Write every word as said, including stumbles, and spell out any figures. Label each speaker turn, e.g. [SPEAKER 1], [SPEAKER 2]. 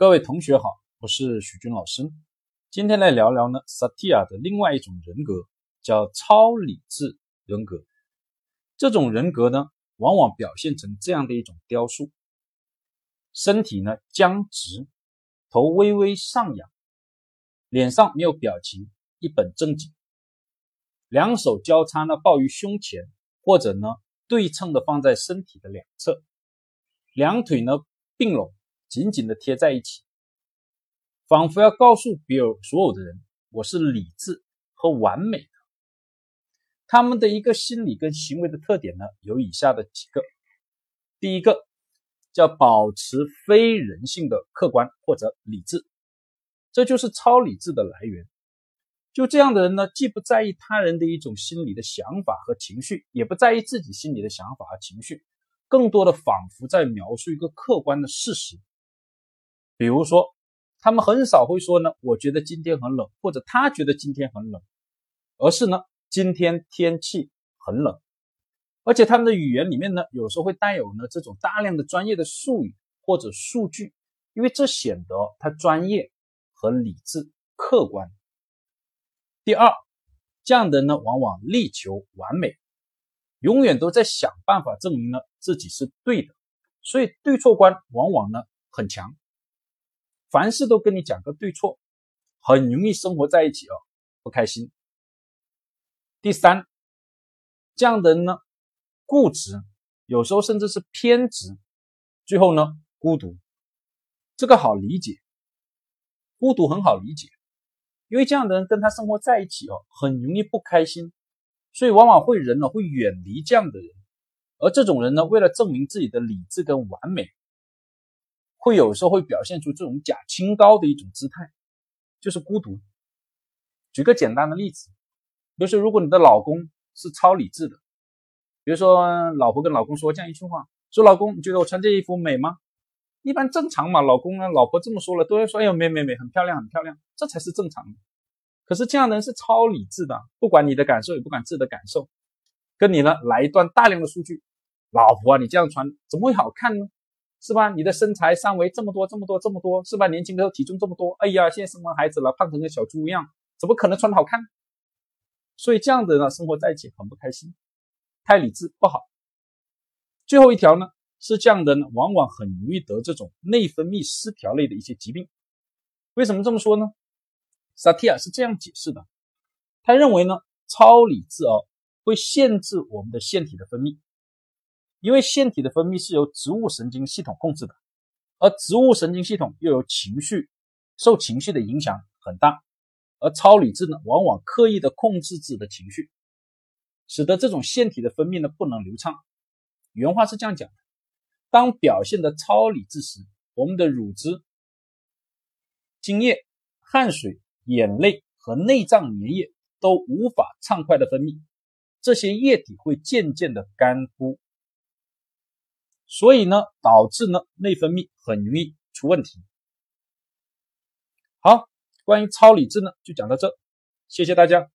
[SPEAKER 1] 各位同学好，我是许军老师。今天来聊聊呢萨提亚的另外一种人格，叫超理智人格。这种人格呢，往往表现成这样的一种雕塑：身体呢僵直，头微微上扬，脸上没有表情，一本正经，两手交叉呢抱于胸前，或者呢对称的放在身体的两侧，两腿呢并拢，紧紧的贴在一起，仿佛要告诉别人所有的人，我是理智和完美的。他们的一个心理跟行为的特点呢，有以下的几个。第一个叫保持非人性的客观或者理智，这就是超理智的来源。就这样的人呢，既不在意他人的一种心理的想法和情绪，也不在意自己心里的想法和情绪，更多的仿佛在描述一个客观的事实。比如说，他们很少会说呢，我觉得今天很冷，或者他觉得今天很冷，而是呢，今天天气很冷。而且他们的语言里面呢，有时候会带有呢这种大量的专业的术语或者数据，因为这显得他专业和理智客观。第二，这样的人呢，往往力求完美，永远都在想办法证明呢自己是对的，所以对错观往往呢很强，凡事都跟你讲个对错，很容易生活在一起哦，不开心。第三，这样的人呢固执，有时候甚至是偏执，最后呢孤独。这个好理解，孤独很好理解，因为这样的人跟他生活在一起哦，很容易不开心，所以往往会人呢会远离这样的人。而这种人呢，为了证明自己的理智跟完美，会有时候会表现出这种假清高的一种姿态，就是孤独。举个简单的例子，比如说如果你的老公是超理智的，比如说老婆跟老公说这样一句话，说老公你觉得我穿这衣服美吗？一般正常嘛，老公呢老婆这么说了都会说哎呦美美美，很漂亮很漂亮，这才是正常的。可是这样的人是超理智的，不管你的感受也不管自己的感受，跟你呢来一段大量的数据，老婆啊你这样穿怎么会好看呢？是吧？你的身材三围这么多这么多这么多，是吧？年轻的时候体重这么多，哎呀现在生完孩子了胖成个小猪一样，怎么可能穿得好看？所以这样的呢生活在一起很不开心，太理智不好。最后一条呢是这样的呢，往往很容易得这种内分泌失调类的一些疾病。为什么这么说呢？萨提亚是这样解释的，他认为呢超理智哦会限制我们的腺体的分泌，因为腺体的分泌是由植物神经系统控制的，而植物神经系统又有情绪，受情绪的影响很大，而超理智呢往往刻意的控制自己的情绪，使得这种腺体的分泌呢不能流畅。原话是这样讲的，当表现的超理智时，我们的乳汁、精液、汗水、眼泪和内脏粘液都无法畅快的分泌，这些液体会渐渐的干枯，所以呢导致呢内分泌很容易出问题。好，关于超理智呢就讲到这，谢谢大家。